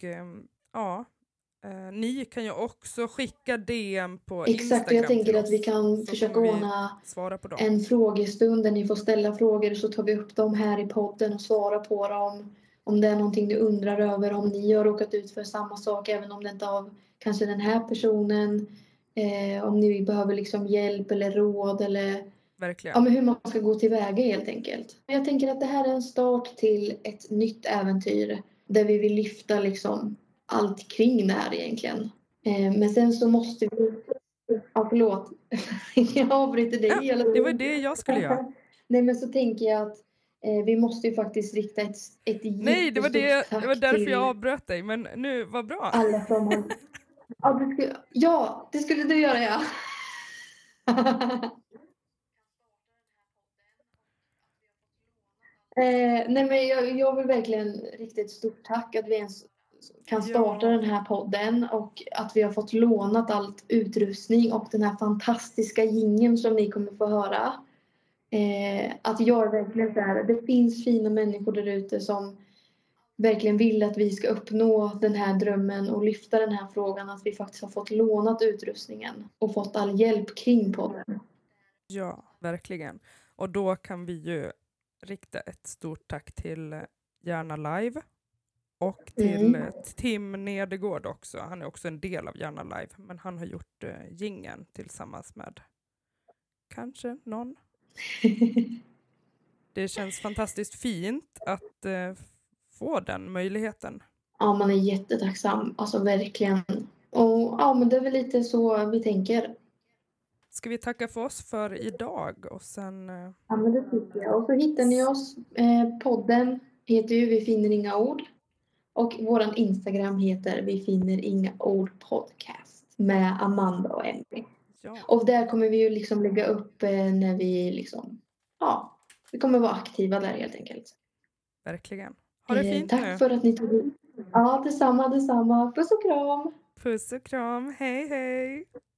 Speaker 1: ni kan ju också skicka DM på Instagram.
Speaker 2: Exakt, jag tänker att vi kan försöka ordna en frågestund där ni får ställa frågor, så tar vi upp dem här i podden och svarar på dem. om det är någonting du undrar över, om ni har råkat ut för samma sak, även om det inte är av kanske den här personen. Om ni behöver liksom hjälp eller råd eller
Speaker 1: Verkligen.
Speaker 2: ja, men hur man ska gå tillväga helt enkelt. Jag tänker att det här är en start till ett nytt äventyr där vi vill lyfta liksom allt kring det här egentligen. Men sen så måste vi... Ja, förlåt. Jag avbryter dig hela tiden.
Speaker 1: Det var det jag skulle göra.
Speaker 2: Nej, men så tänker jag att vi måste ju faktiskt rikta ett
Speaker 1: Nej, det var
Speaker 2: tack
Speaker 1: därför
Speaker 2: till
Speaker 1: jag avbröt dig. Men nu, vad bra.
Speaker 2: alla som har... Ja, det skulle du göra, ja. Nej, men jag vill verkligen rikta ett stort tack att vi ens kan starta den här podden och att vi har fått lånat allt utrustning och den här fantastiska jingeln som ni kommer få höra. Att jag verkligen så här, det finns fina människor där ute som verkligen vill att vi ska uppnå den här drömmen och lyfta den här frågan, att vi faktiskt har fått lånat utrustningen och fått all hjälp kring podden.
Speaker 1: Ja, verkligen. Och då kan vi ju rikta ett stort tack till Gärna Live och till Tim Nedergård också. Han är också en del av Gärna Live, men han har gjort jingeln tillsammans med kanske någon. Det känns fantastiskt fint att få den möjligheten.
Speaker 2: Ja, man är jättetacksam. Alltså verkligen. Och ja, men det är väl lite så vi tänker.
Speaker 1: Ska vi tacka för oss för idag och sen...
Speaker 2: Ja, men det tycker jag. Och så hittar ni oss. Podden heter ju Vi finner inga ord. Och våran Instagram heter Vi finner inga ord podcast. Med Amanda och Emily.
Speaker 1: Ja.
Speaker 2: Och där kommer vi ju liksom lägga upp när vi liksom... Ja, vi kommer vara aktiva där helt enkelt.
Speaker 1: Verkligen. Ha det fint
Speaker 2: tack
Speaker 1: nu.
Speaker 2: för att ni tog ut. Ja, detsamma. Puss och kram.
Speaker 1: Puss och kram. Hej, hej.